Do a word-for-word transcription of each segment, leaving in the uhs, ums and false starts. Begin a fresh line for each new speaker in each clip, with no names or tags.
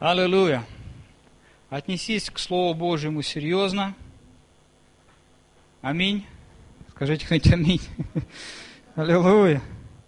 Аллилуйя. Отнесись к Слову Божьему серьезно. Аминь. Скажите хоть аминь. Аллилуйя.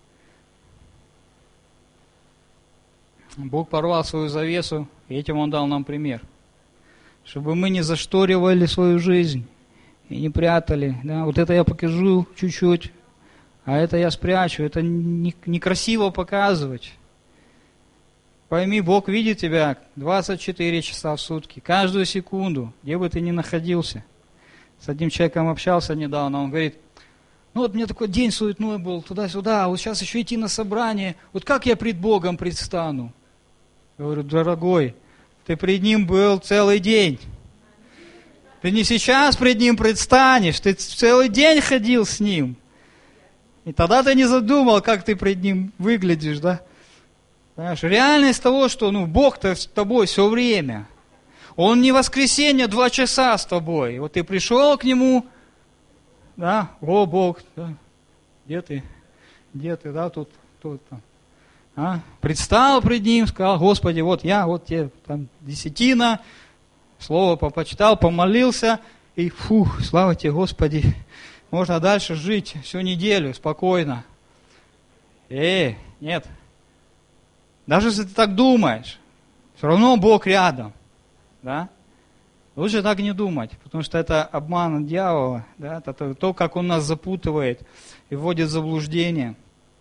Бог порвал свою завесу, и этим Он дал нам пример. Чтобы мы не зашторивали свою жизнь и не прятали. Да? Вот это я покажу чуть-чуть, а это я спрячу. Это не, некрасиво показывать. Пойми, Бог видит тебя двадцать четыре часа в сутки, каждую секунду, где бы ты ни находился. С одним человеком общался недавно, он говорит: ну вот мне такой день суетной был, туда-сюда, а вот сейчас еще идти на собрание, вот как я пред Богом предстану? Я говорю: дорогой, ты пред Ним был целый день. Ты не сейчас пред Ним предстанешь, ты целый день ходил с Ним. И тогда ты не задумал, как ты пред Ним выглядишь, да? Понимаешь, реальность того, что ну, Бог-то с тобой все время. Он не воскресенье два часа с тобой. Вот ты пришел к Нему, да, о, Бог, да, где ты, где ты, да, тут, тут, там. А? Предстал пред Ним, сказал: Господи, вот я, вот тебе там десятина, слово попочитал, помолился, и фух, слава тебе, Господи, можно дальше жить всю неделю спокойно. Эй, нет. Даже если ты так думаешь, все равно Бог рядом. Да? Лучше так не думать, потому что это обман от дьявола, да? Это то, как он нас запутывает и вводит в заблуждение.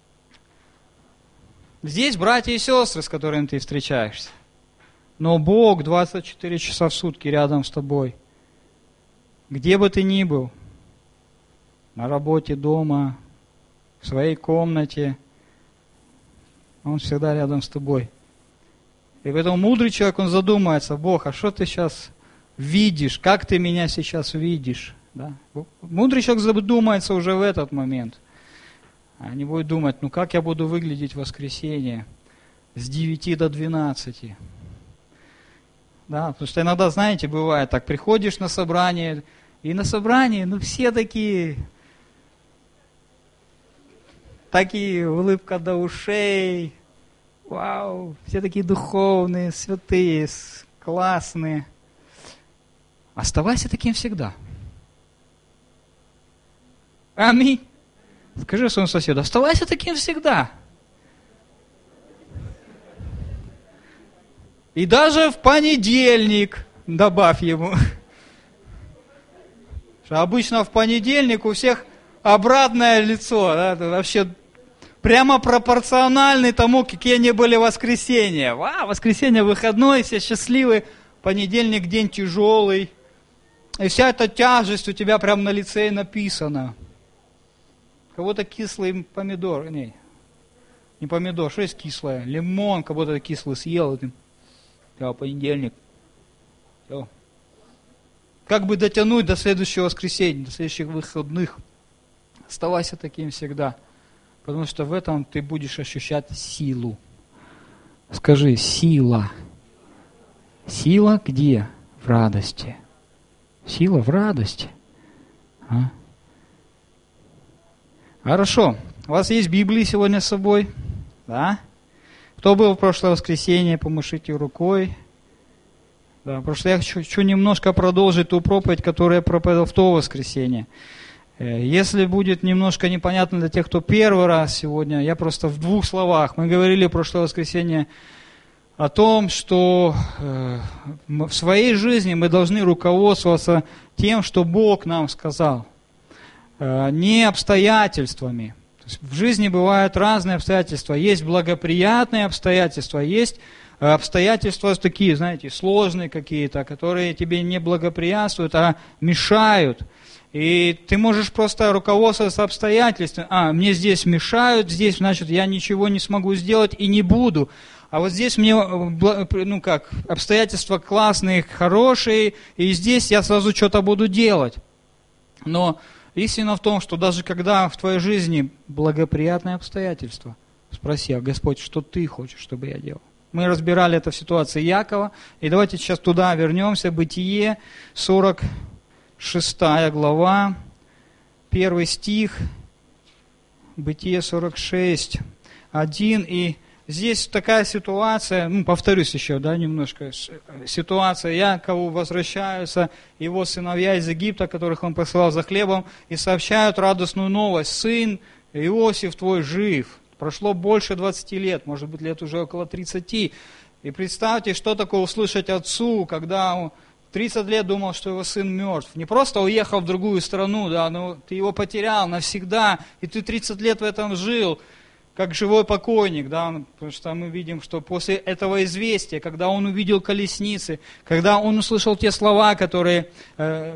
Здесь братья и сестры, с которыми ты встречаешься. Но Бог двадцать четыре часа в сутки рядом с тобой. Где бы ты ни был, на работе, дома, в своей комнате, Он всегда рядом с тобой. И поэтому мудрый человек, он задумается: Бог, а что ты сейчас видишь? Как ты меня сейчас видишь? Да? Мудрый человек задумается уже в этот момент. А не будет думать: ну как я буду выглядеть в воскресенье с девяти до двенадцати? Да, потому что иногда, знаете, бывает так, приходишь на собрание, и на собрании, ну все такие, такие улыбка до ушей, вау, все такие духовные, святые, классные. Оставайся таким всегда. Аминь. Скажи своему соседу: оставайся таким всегда. И даже в понедельник добавь ему. Что обычно в понедельник у всех обратное лицо, да, это вообще прямо пропорциональный тому, какие они были в воскресенье. Ва, воскресенье выходной, все счастливы, понедельник день тяжелый. И вся эта тяжесть у тебя прямо на лице написана. У кого-то кислый помидор, не, не помидор, что есть кислое? Лимон, как будто кислый съел. Да, понедельник. Все. Как бы дотянуть до следующего воскресенья, до следующих выходных? Оставайся таким всегда. Потому что в этом ты будешь ощущать силу. Скажи: сила. Сила где? В радости. Сила в радости. А? Хорошо. У вас есть Библия сегодня с собой? Да? Кто был в прошлое воскресенье, помашите рукой. Да, потому что я хочу, хочу немножко продолжить ту проповедь, которую я проповедовал в то воскресенье. Если будет немножко непонятно для тех, кто первый раз сегодня, я просто в двух словах. Мы говорили в прошлое воскресенье о том, что в своей жизни мы должны руководствоваться тем, что Бог нам сказал, не обстоятельствами. То есть в жизни бывают разные обстоятельства. Есть благоприятные обстоятельства, есть обстоятельства такие, знаете, сложные какие-то, которые тебе не благоприятствуют, а мешают. И ты можешь просто руководствоваться обстоятельствами. А, мне здесь мешают, здесь, значит, я ничего не смогу сделать и не буду. А вот здесь мне, ну как, обстоятельства классные, хорошие, и здесь я сразу что-то буду делать. Но истина в том, что даже когда в твоей жизни благоприятные обстоятельства, спроси: а Господь, что ты хочешь, чтобы я делал? Мы разбирали это в ситуации Якова, и давайте сейчас туда вернемся. Бытие, сорок шестая глава, первый стих, Бытие сорок шесть, один, и здесь такая ситуация, ну, повторюсь еще, да, немножко, ситуация, Якову возвращаются его сыновья из Египта, которых он посылал за хлебом, и сообщают радостную новость: сын Иосиф твой жив. Прошло больше двадцати лет, может быть, лет уже около тридцати. И представьте, что такое услышать отцу, когда он тридцать лет думал, что его сын мертв. Не просто уехал в другую страну, да, но ты его потерял навсегда, и ты тридцать лет в этом жил, как живой покойник, да, потому что мы видим, что после этого известия, когда он увидел колесницы, когда он услышал те слова, которые э,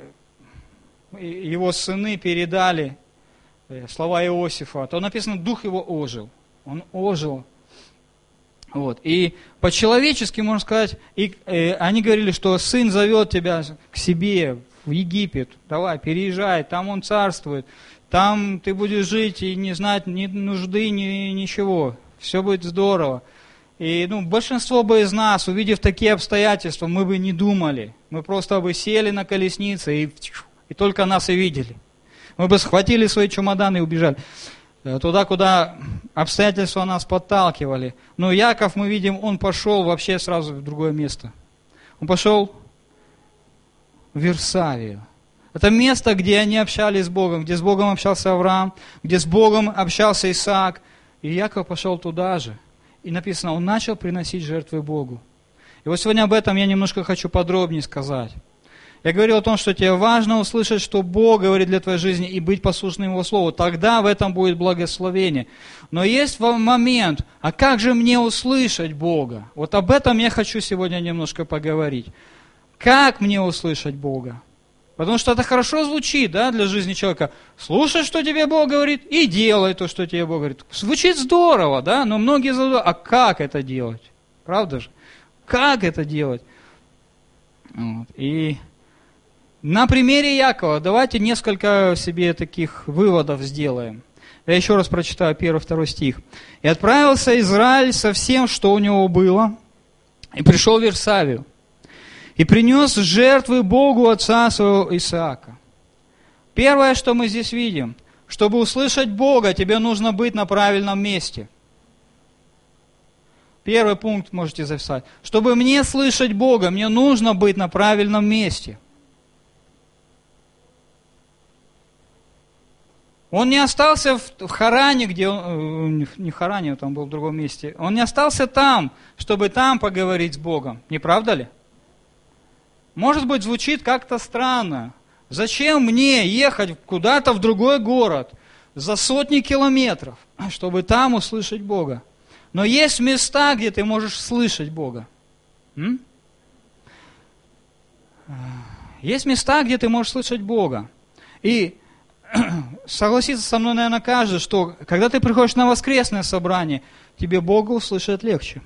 э, его сыны передали, э, слова Иосифа, то написано, дух его ожил, он ожил. Вот. И по-человечески, можно сказать, и, э, они говорили, что сын зовет тебя к себе в Египет, давай, переезжай, там он царствует, там ты будешь жить и не знать ни нужды, ни ничего, все будет здорово. И ну, большинство бы из нас, увидев такие обстоятельства, мы бы не думали, мы просто бы сели на колеснице и, и только нас и видели. Мы бы схватили свои чемоданы и убежали туда, куда обстоятельства нас подталкивали. Но Яков, мы видим, он пошел вообще сразу в другое место. Он пошел в Вирсавию. Это место, где они общались с Богом, где с Богом общался Авраам, где с Богом общался Исаак. И Яков пошел туда же. И написано, он начал приносить жертвы Богу. И вот сегодня об этом я немножко хочу подробнее сказать. Я говорил о том, что тебе важно услышать, что Бог говорит для твоей жизни, и быть послушным Его Слову. Тогда в этом будет благословение. Но есть момент, а как же мне услышать Бога? Вот об этом я хочу сегодня немножко поговорить. Как мне услышать Бога? Потому что это хорошо звучит, да, для жизни человека. Слушай, что тебе Бог говорит, и делай то, что тебе Бог говорит. Звучит здорово, да, но многие задумываются, а как это делать? Правда же? Как это делать? Вот. И на примере Якова давайте несколько себе таких выводов сделаем. Я еще раз прочитаю первый, второй стих. «И отправился Израиль со всем, что у него было, и пришел в Вирсавию, и принес жертвы Богу отца своего Исаака». Первое, что мы здесь видим, чтобы услышать Бога, тебе нужно быть на правильном месте. Первый пункт можете записать. Чтобы мне слышать Бога, мне нужно быть на правильном месте. Он не остался в Харане, где он, не в Харане, он там был в другом месте. Он не остался там, чтобы там поговорить с Богом. Не правда ли? Может быть, звучит как-то странно. Зачем мне ехать куда-то в другой город за сотни километров, чтобы там услышать Бога? Но есть места, где ты можешь слышать Бога. М? Есть места, где ты можешь слышать Бога. И согласится со мной, наверное, каждый, что когда ты приходишь на воскресное собрание, тебе Бога услышать легче,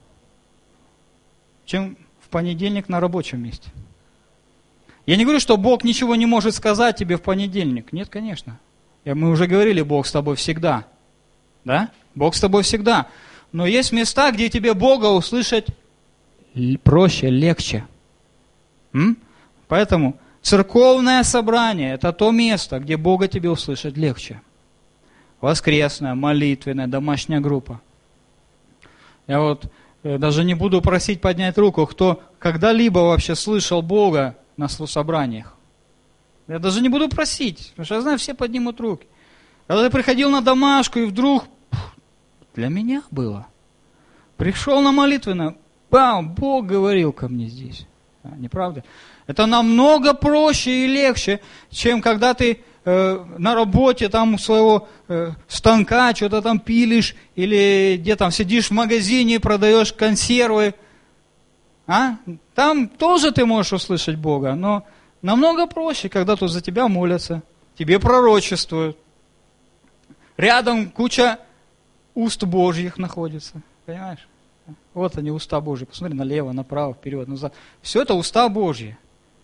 чем в понедельник на рабочем месте. Я не говорю, что Бог ничего не может сказать тебе в понедельник. Нет, конечно. Мы уже говорили, Бог с тобой всегда. Да? Бог с тобой всегда. Но есть места, где тебе Бога услышать проще, легче. М? Поэтому церковное собрание – это то место, где Бога тебе услышать легче. Воскресная, молитвенная, домашняя группа. Я вот даже не буду просить поднять руку, кто когда-либо вообще слышал Бога на собраниях. Я даже не буду просить, потому что я знаю, все поднимут руки. Когда ты приходил на домашку, и вдруг для меня было. Пришел на молитвенную, бам, Бог говорил ко мне здесь. А, не правда? Это намного проще и легче, чем когда ты э, на работе там у своего э, станка что-то там пилишь, или где там сидишь в магазине, продаешь консервы. А? Там тоже ты можешь услышать Бога, но намного проще, когда тут за тебя молятся, тебе пророчествуют. Рядом куча уст Божьих находится, понимаешь? Вот они, уста Божьи. Посмотри налево, направо, вперед, назад. Все это уста Божьи.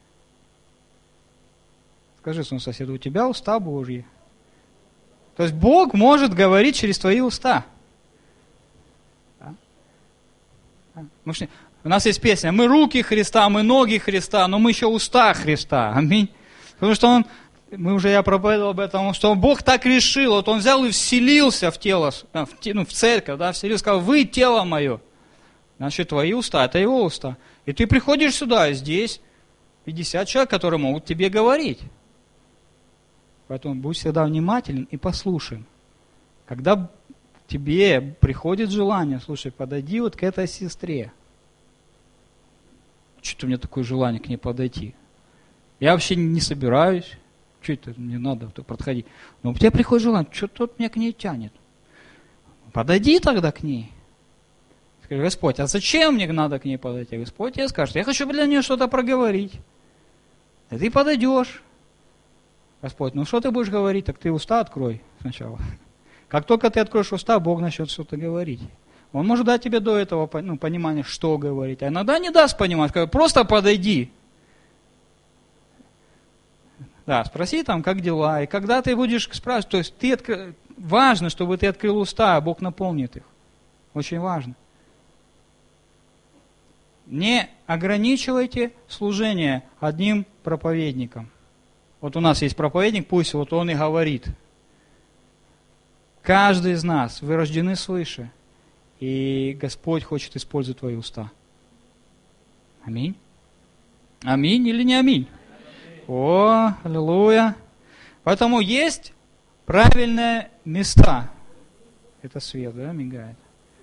Скажи своему соседу, у тебя уста Божьи. То есть Бог может говорить через твои уста. У нас есть песня, мы руки Христа, мы ноги Христа, но мы еще уста Христа. Аминь. Потому что Он мы уже, я проповедовал об этом, что Бог так решил, вот Он взял и вселился в тело, в, ну, в церковь, да, вселился, сказал, вы тело мое. Значит, твои уста, это Его уста. И ты приходишь сюда, и здесь пятьдесят человек, которые могут тебе говорить. Поэтому будь всегда внимателен и послушен. Когда тебе приходит желание, слушай, подойди вот к этой сестре. Что-то у меня такое желание к ней подойти. Я вообще не собираюсь. Что это мне надо подходить? Но у тебя приходит желание, что-то вот меня к ней тянет. Подойди тогда к ней. Скажи, Господь, а зачем мне надо к ней подойти? Господь тебе скажет, я хочу для нее что-то проговорить. И ты подойдешь. Господь, ну что ты будешь говорить? Так ты уста открой сначала. Как только ты откроешь уста, Бог начнет что-то говорить. Он может дать тебе до этого ну, понимание, что говорить. А иногда не даст понимать, скажет, просто подойди. Да, спроси там, как дела, и когда ты будешь спрашивать, то есть ты откр... важно, чтобы ты открыл уста, а Бог наполнит их. Очень важно. Не ограничивайте служение одним проповедником. Вот у нас есть проповедник, пусть вот он и говорит. Каждый из нас, вы рождены свыше, и Господь хочет использовать твои уста. Аминь. Аминь или не аминь? О, аллилуйя. Поэтому есть правильные места. Это свет, да, мигает?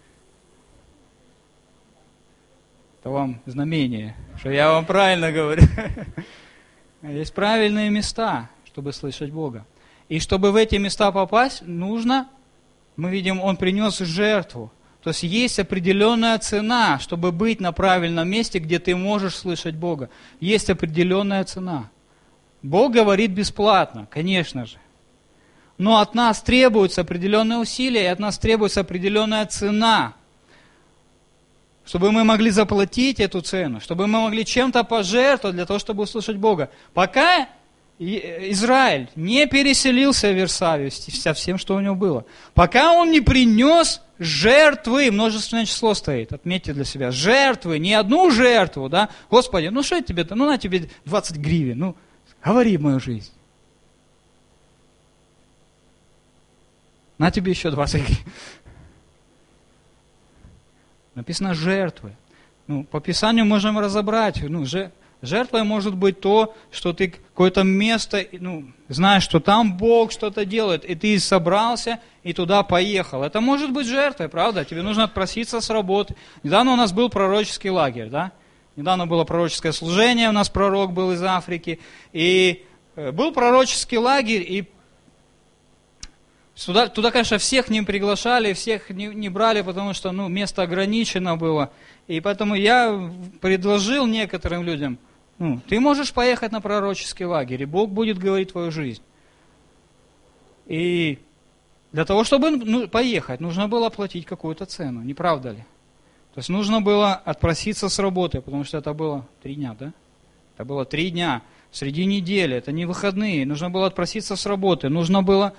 Это вам знамение, что я вам правильно говорю. Есть правильные места, чтобы слышать Бога. И чтобы в эти места попасть, нужно, мы видим, Он принес жертву. То есть есть определенная цена, чтобы быть на правильном месте, где ты можешь слышать Бога. Есть определенная цена. Бог говорит бесплатно, конечно же. Но от нас требуются определенные усилия, и от нас требуется определенная цена, чтобы мы могли заплатить эту цену, чтобы мы могли чем-то пожертвовать для того, чтобы услышать Бога. Пока Израиль не переселился в Вирсавию со всем, что у него было, пока он не принес жертвы, множественное число стоит, отметьте для себя, жертвы, не одну жертву, да, Господи, ну что тебе-то, ну на тебе двадцать гривен, ну говори в мою жизнь. На тебе еще двадцать гривен. Написано жертвы. Ну, по Писанию можем разобрать. Ну, жертвой может быть то, что ты какое-то место, ну, знаешь, что там Бог что-то делает, и ты собрался и туда поехал. Это может быть жертвой, правда? Тебе нужно отпроситься с работы. Недавно у нас был пророческий лагерь, да? Недавно было пророческое служение, у нас пророк был из Африки. И был пророческий лагерь, и Туда, туда, конечно, всех не приглашали, всех не, не брали, потому что ну, место ограничено было. И поэтому я предложил некоторым людям, ну, ты можешь поехать на пророческий лагерь, и Бог будет говорить твою жизнь. И для того, чтобы ну, поехать, нужно было платить какую-то цену, не правда ли? То есть нужно было отпроситься с работы, потому что это было три дня, да? Это было три дня среди недели, это не выходные. Нужно было отпроситься с работы, нужно было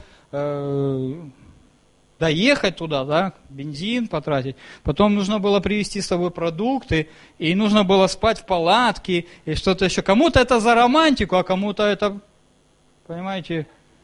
доехать туда, да, бензин потратить. Потом нужно было привезти с собой продукты, и нужно было спать в палатке, и что-то еще. Кому-то это за романтику, а кому-то это, понимаете,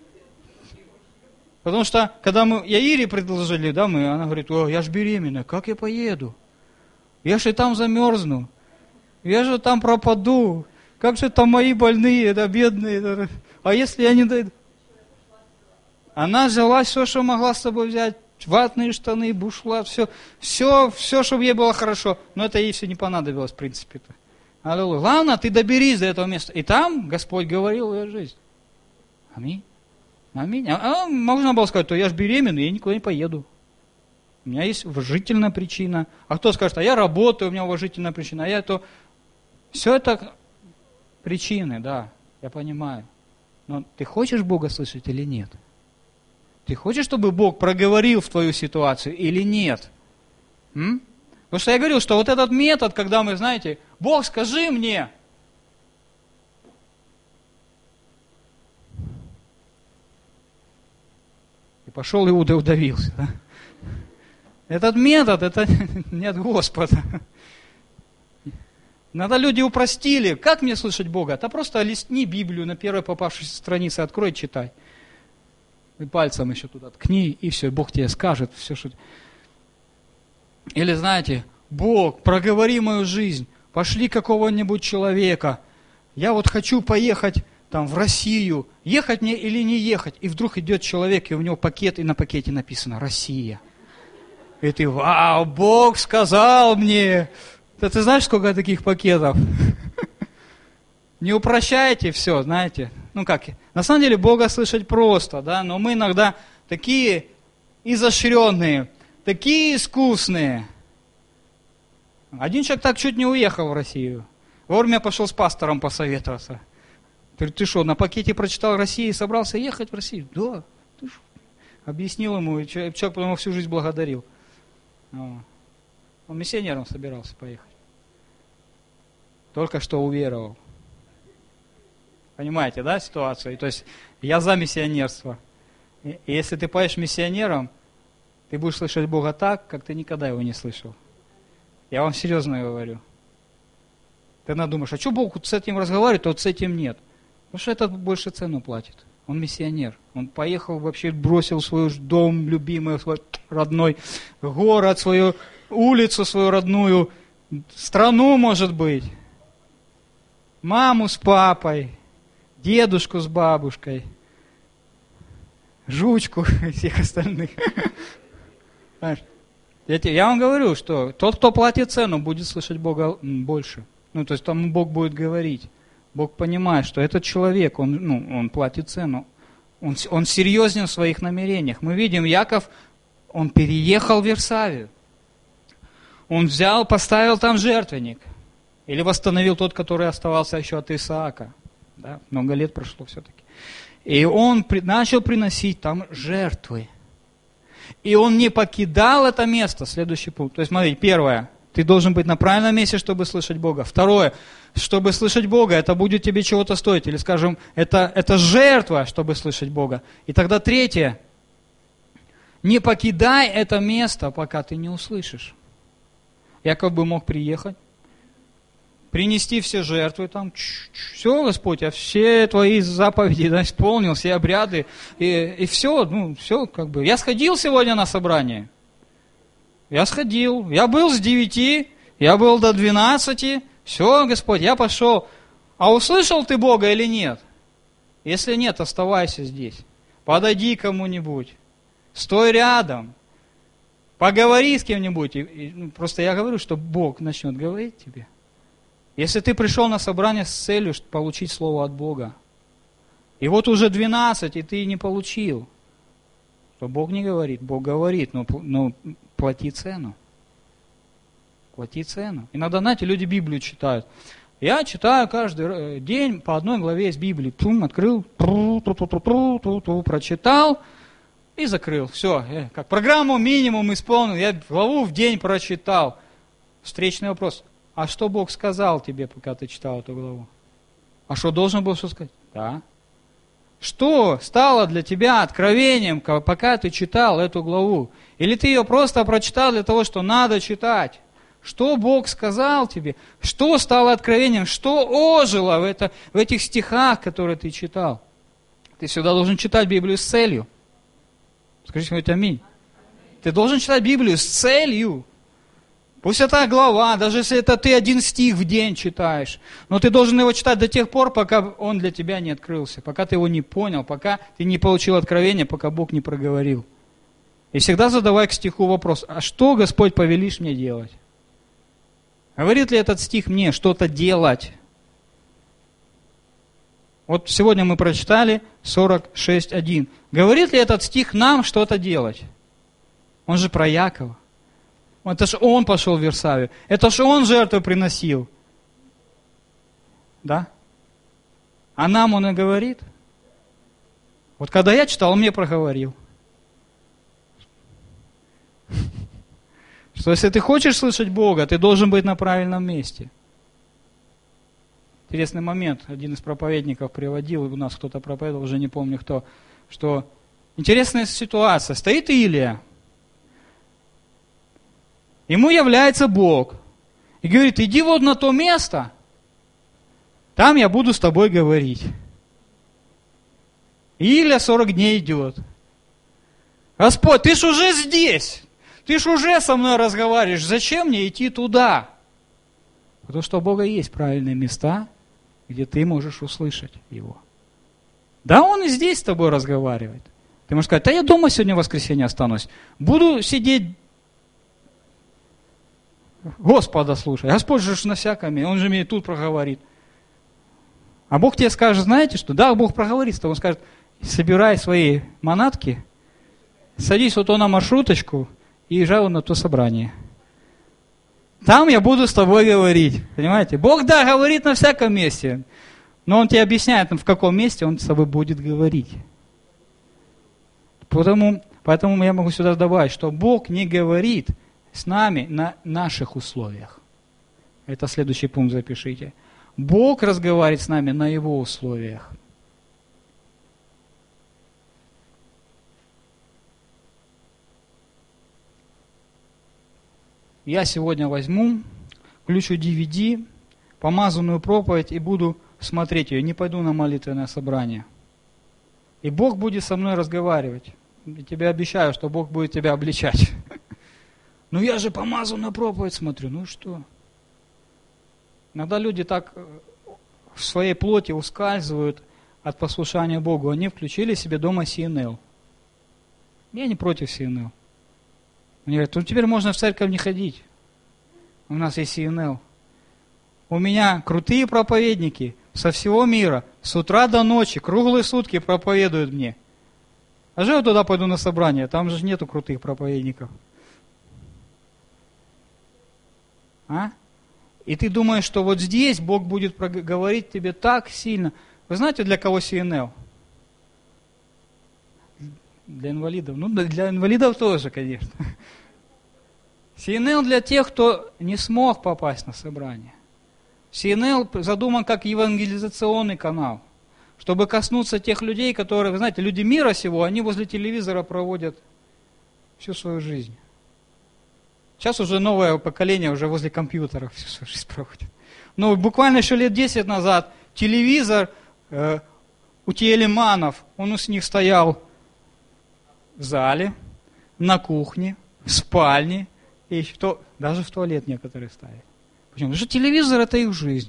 потому что, когда мы Яире предложили, да, мы, она говорит, о, я ж беременная, как я поеду? Я же там замерзну, я же там пропаду, как же там мои больные, да, бедные, а если я не дойду? Она взяла все, что могла с собой взять, ватные штаны, бушлат, все, все, все, чтобы ей было хорошо. Но это ей все не понадобилось, в принципе-то. Аллилуйя. Главное, ты доберись до этого места. И там Господь говорил в ее жизнь. Аминь. Аминь. А, а можно было сказать, то я же беременный, я никуда не поеду. У меня есть уважительная причина. А кто скажет, а я работаю, у меня уважительная причина. А я то... Все это причины, да, я понимаю. Но ты хочешь Бога слышать или нет? Ты хочешь, чтобы Бог проговорил в твою ситуацию или нет? М? Потому что я говорил, что вот этот метод, когда мы, знаете, Бог, скажи мне. И пошел Иуда и удавился. Да? Этот метод, это не от Господа. Иногда люди упростили. Как мне слышать Бога? Да просто листни Библию на первой попавшейся странице, открой, читай. И пальцем еще туда ткни, и все, Бог тебе скажет все, что... Или знаете, Бог, проговори мою жизнь, пошли какого-нибудь человека. Я вот хочу поехать там в Россию, ехать мне или не ехать. И вдруг идет человек, и у него пакет, и на пакете написано «Россия». И ты, вау, Бог сказал мне. Да ты знаешь, сколько таких пакетов? Не упрощайте все, знаете. Ну как, на самом деле Бога слышать просто, да, но мы иногда такие изощренные, такие искусные. Один человек так чуть не уехал в Россию. Вовремя пошел с пастором посоветоваться. Ты, ты что, на пакете прочитал Россию и собрался ехать в Россию? Да. Ты что? Объяснил ему, и человек, человек потом всю жизнь благодарил. Он миссионером собирался поехать. Только что уверовал. Понимаете, да, ситуацию? То есть я за миссионерство. И если ты поешь миссионером, ты будешь слышать Бога так, как ты никогда его не слышал. Я вам серьезно говорю. Ты надумаешь, а что Бог с этим разговаривает, а вот с этим нет? Потому что этот больше цену платит. Он миссионер. Он поехал вообще, бросил свой дом любимый, свой родной город, свою улицу свою родную, страну, может быть, маму с папой, дедушку с бабушкой, жучку и всех остальных. Я вам говорю, что тот, кто платит цену, будет слышать Бога больше. Ну, то есть там Бог будет говорить. Бог понимает, что этот человек, он, ну, он платит цену. Он, он серьезнен в своих намерениях. Мы видим, Яков, он переехал в Вирсавию. Он взял, поставил там жертвенник. Или восстановил тот, который оставался еще от Исаака. Да? Много лет прошло все-таки. И он при, начал приносить там жертвы. И он не покидал это место. Следующий пункт. То есть, смотрите, первое. Ты должен быть на правильном месте, чтобы слышать Бога. Второе. Чтобы слышать Бога, это будет тебе чего-то стоить. Или, скажем, это, это жертва, чтобы слышать Бога. И тогда третье. Не покидай это место, пока ты не услышишь. Яков бы мог приехать, принести все жертвы там. Все, Господь, я все твои заповеди, да, исполнил, все обряды. И, и все, ну, все как бы. Я сходил сегодня на собрание. Я сходил. Я был с девяти, я был до двенадцати. Все, Господь, я пошел. А услышал ты Бога или нет? Если нет, оставайся здесь. Подойди к кому-нибудь. Стой рядом. Поговори с кем-нибудь. И, и, ну, просто я говорю, что Бог начнет говорить тебе. Если ты пришел на собрание с целью получить слово от Бога, и вот уже двенадцать, и ты не получил, то Бог не говорит. Бог говорит, но, но плати цену. Плати цену. Иногда, знаете, люди Библию читают. Я читаю каждый день по одной главе из Библии. Пум, открыл, прочитал и закрыл. Все, как программу минимум исполнил. Я главу в день прочитал. Встречный вопрос. А что Бог сказал тебе, пока ты читал эту главу? А что должен был что сказать? Да. Что стало для тебя откровением, пока ты читал эту главу? Или ты ее просто прочитал для того, что надо читать? Что Бог сказал тебе? Что стало откровением? Что ожило в, это, в этих стихах, которые ты читал? Ты всегда должен читать Библию с целью. Скажите мне аминь. Ты должен читать Библию с целью. Пусть это глава, даже если это ты один стих в день читаешь, но ты должен его читать до тех пор, пока он для тебя не открылся, пока ты его не понял, пока ты не получил откровения, пока Бог не проговорил. И всегда задавай к стиху вопрос, а что, Господь, повелишь мне делать? Говорит ли этот стих мне что-то делать? Вот сегодня мы прочитали сорок шесть один. Говорит ли этот стих нам что-то делать? Он же про Якова. Это же он пошел в Вирсавию. Это же он жертву приносил. Да? А нам он и говорит. Вот когда я читал, он мне проговорил. Что если ты хочешь слышать Бога, ты должен быть на правильном месте. Интересный момент. Один из проповедников приводил, у нас кто-то проповедовал, уже не помню кто, что интересная ситуация. Стоит Илия. Ему является Бог И говорит, иди вот на то место, там я буду с тобой говорить. И Илья сорок дней идет. Господь, ты ж уже здесь, ты ж уже со мной разговариваешь, зачем мне идти туда? Потому что у Бога есть правильные места, где ты можешь услышать Его. Да, Он и здесь с тобой разговаривает. Ты можешь сказать, да я дома сегодня в воскресенье останусь, буду сидеть, Господа слушай, Господь же на всяком, Он же мне и тут проговорит. А Бог тебе скажет, знаете что? Да, Бог проговорит, Он скажет, собирай свои манатки, садись вот на маршруточку и езжай вот на то собрание. Там я буду с тобой говорить. Понимаете? Бог, да, говорит на всяком месте. Но Он тебе объясняет, в каком месте Он с тобой будет говорить. Поэтому, поэтому я могу сюда добавить, что Бог не говорит с нами на наших условиях. Это следующий пункт запишите. Бог разговаривает с нами на Его условиях. Я сегодня возьму, включу ди ви ди, помазанную проповедь и буду смотреть ее. Не пойду на молитвенное собрание. И Бог будет со мной разговаривать. Я тебе обещаю, что Бог будет тебя обличать. Ну я же помазанную проповедь смотрю. Ну и что? Иногда люди так в своей плоти ускальзывают от послушания Богу. Они включили себе дома си эн эл. Я не против си эн эл. Они говорят, ну теперь можно в церковь не ходить. У нас есть си эн эл. У меня крутые проповедники со всего мира, с утра до ночи, круглые сутки проповедуют мне. А же я туда пойду на собрание, там же нету крутых проповедников. А? И ты думаешь, что вот здесь Бог будет говорить тебе так сильно. Вы знаете, для кого си эн эл? Для инвалидов. Ну, для инвалидов тоже, конечно. си эн эл для тех, кто не смог попасть на собрание. си эн эл задуман как евангелизационный канал, чтобы коснуться тех людей, которые, вы знаете, люди мира сего, они возле телевизора проводят всю свою жизнь. Сейчас уже новое поколение уже возле компьютеров всю свою жизнь проводит. Но буквально еще лет десять назад телевизор э, у телеманов, он у них стоял в зале, на кухне, в спальне, и что, даже в туалет некоторые ставят. Почему? Потому что телевизор – это их жизнь.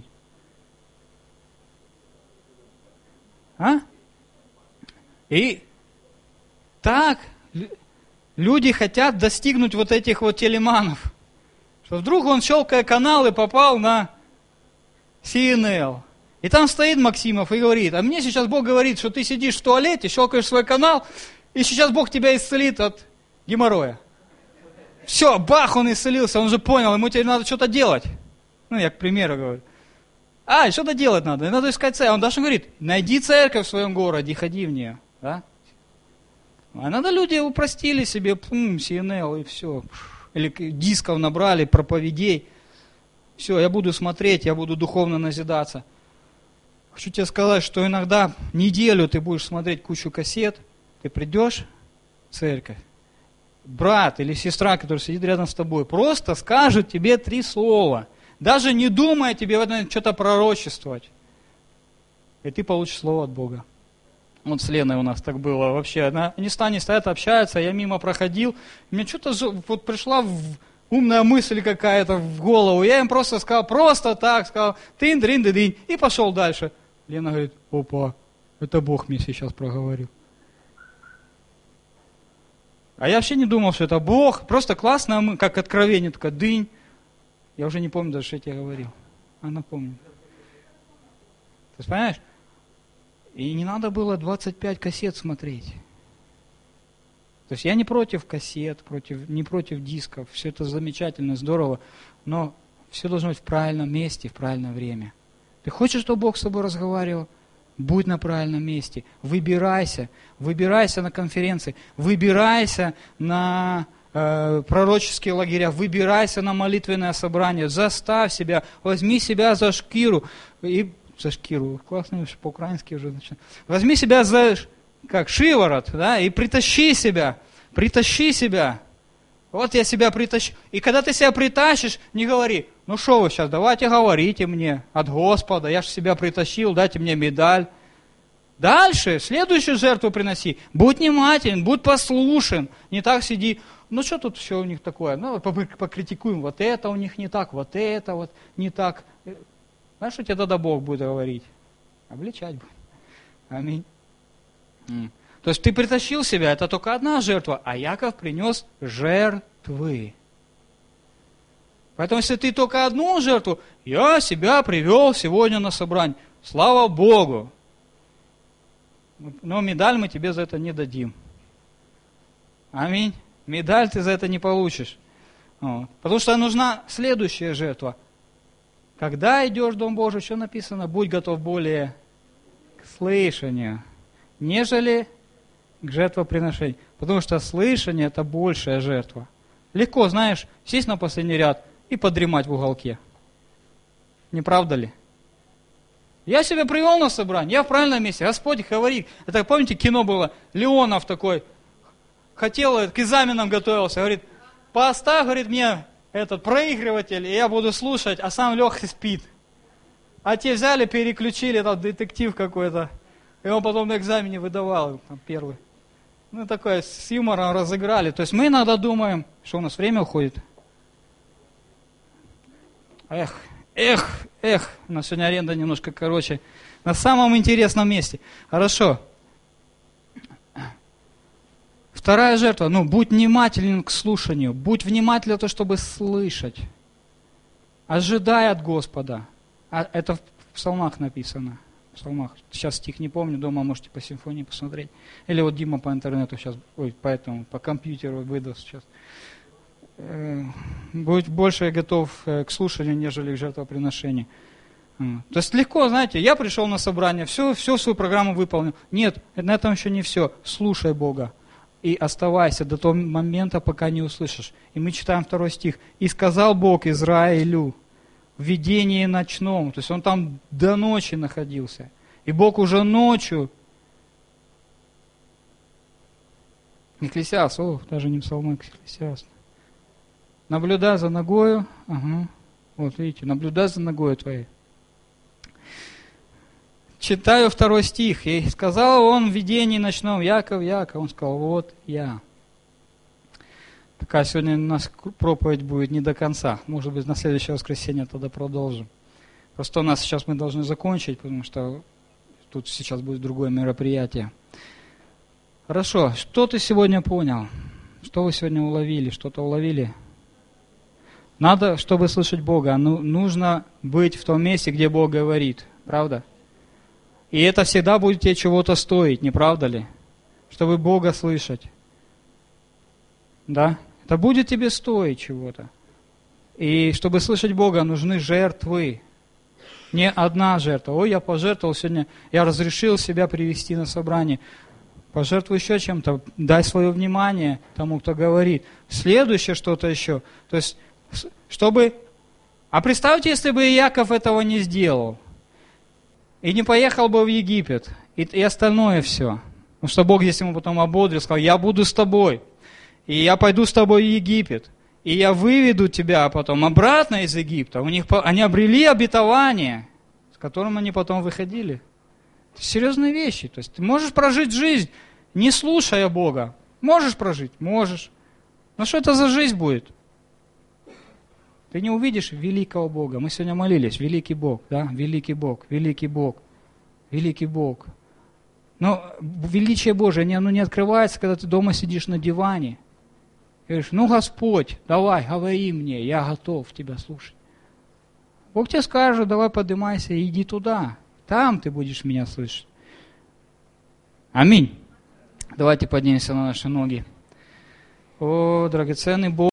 А? И так люди хотят достигнуть вот этих вот телеманов, что вдруг он, щелкая каналы, попал на си эн эл. И там стоит Максимов и говорит, а мне сейчас Бог говорит, что ты сидишь в туалете, щелкаешь свой канал, и сейчас Бог тебя исцелит от геморроя. Все, бах, он исцелился, он же понял, ему теперь надо что-то делать. Ну, я к примеру говорю. А, что-то делать надо, надо искать церковь. Он даже говорит, найди церковь в своем городе, ходи в нее. Да? А надо люди упростили себе, пум, си эн эл и все. Или дисков набрали, проповедей. Все, я буду смотреть, я буду духовно назидаться. Хочу тебе сказать, что иногда неделю ты будешь смотреть кучу кассет, ты придешь в церковь, брат или сестра, который сидит рядом с тобой, просто скажет тебе три слова, даже не думая тебе в этом что-то пророчествовать. И ты получишь слово от Бога. Вот с Леной у нас так было вообще. Она не станет, стоят, общаются, я мимо проходил, мне что-то вот пришла умная мысль какая-то в голову, я им просто сказал, просто так, сказал, тын-дрын-ды-дынь, и пошел дальше. Лена говорит, опа, это Бог мне сейчас проговорил. А я вообще не думал, что это Бог, просто классно, как откровение, только дынь. Я уже не помню даже, что я тебе говорил. Она помнит. Ты понимаешь? И не надо было двадцать пять кассет смотреть. То есть я не против кассет, против, не против дисков, все это замечательно, здорово, но все должно быть в правильном месте, в правильное время. Ты хочешь, чтобы Бог с тобой разговаривал? Будь на правильном месте, выбирайся, выбирайся на конференции, выбирайся на э, пророческие лагеря, выбирайся на молитвенное собрание, заставь себя, возьми себя за шкиру, и, за шкиру, классно, по-украински уже начинаю, возьми себя за, как, шиворот, да, и притащи себя, притащи себя, вот я себя притащу, и когда ты себя притащишь, не говори, Ну что вы сейчас, давайте говорите мне от Господа, я же себя притащил, дайте мне медаль. Дальше, следующую жертву приноси. Будь внимателен, будь послушен. Не так сиди, ну что тут все у них такое? Ну, покритикуем, вот это у них не так, вот это вот не так. Знаешь, что тебе тогда Бог будет говорить? Обличать будет. Аминь. То есть ты притащил себя, это только одна жертва, а Яков принес жертвы. Поэтому если ты только одну жертву, я себя привел сегодня на собрание. Слава Богу. Но медаль мы тебе за это не дадим. Аминь. Медаль ты за это не получишь. Вот. Потому что нужна следующая жертва. Когда идешь в Дом Божий, что написано? Будь готов более к слышанию, нежели к жертвоприношению. Потому что слышание – это большая жертва. Легко, знаешь, сесть на последний ряд и подремать в уголке. Не правда ли? Я себя привел на собрание, я в правильном месте, Господь говорит. Это, помните, кино было, Леонов такой, хотел, к экзаменам готовился, говорит, поставь, говорит, мне этот проигрыватель, и я буду слушать, а сам лег и спит. А те взяли, переключили, там детектив какой-то, и он потом на экзамене выдавал, там, первый. Ну, такое, с юмором разыграли. То есть мы иногда думаем, что у нас время уходит. Эх, эх, эх, у нас сегодня аренда немножко короче. На самом интересном месте. Хорошо. Вторая жертва. Ну, будь внимателен к слушанию. Будь внимателен то, чтобы слышать. Ожидай от Господа. А это в псалмах написано. В псалмах. Сейчас стих не помню, дома можете по симфонии посмотреть. Или вот Дима по интернету сейчас, ой, по этому, по компьютеру выдаст сейчас. Будь больше готов к слушанию, нежели к жертвоприношению. То есть легко, знаете, я пришел на собрание, все, все свою программу выполнил. Нет, на этом еще не все. Слушай Бога и оставайся до того момента, пока не услышишь. И мы читаем второй стих. «И сказал Бог Израилю в видении ночном». То есть он там до ночи находился. И Бог уже ночью. Экклесиаст, о, даже не псалмы, Экклесиаст. Наблюдай за ногою, ага, вот видите, наблюдай за ногою твоей. Читаю второй стих. И сказал он в видении ночном: Яков, Яков. Он сказал: вот я. Такая сегодня у нас проповедь будет не до конца. Может быть, на следующее воскресенье тогда продолжим. Просто у нас сейчас мы должны закончить, потому что тут сейчас будет другое мероприятие. Хорошо, что ты сегодня понял? Что вы сегодня уловили? Что-то уловили? Надо, чтобы слышать Бога, ну, нужно быть в том месте, где Бог говорит. Правда? И это всегда будет тебе чего-то стоить, не правда ли? Чтобы Бога слышать. Да? Это будет тебе стоить чего-то. И чтобы слышать Бога, нужны жертвы. Не одна жертва. Ой, я пожертвовал сегодня, я разрешил себя привести на собрание. Пожертвуй еще чем-то, дай свое внимание тому, кто говорит. Следующее что-то еще. То есть, чтобы... А представьте, если бы Иаков этого не сделал. И не поехал бы в Египет. И, и остальное все. Потому что Бог здесь ему потом ободрил, сказал: я буду с тобой. И я пойду с тобой в Египет. И я выведу тебя потом обратно из Египта. У них, они обрели обетование, с которым они потом выходили. Это серьезные вещи. То есть ты можешь прожить жизнь, не слушая Бога. Можешь прожить? Можешь. Но что это за жизнь будет? Ты не увидишь великого Бога. Мы сегодня молились: великий Бог, да? Великий Бог, великий Бог, великий Бог. Но величие Божие, оно не открывается, когда ты дома сидишь на диване. И говоришь: ну, Господь, давай, говори мне, я готов тебя слушать. Бог тебе скажет: давай поднимайся и иди туда. Там ты будешь меня слышать. Аминь. Давайте поднимемся на наши ноги. О, драгоценный Бог.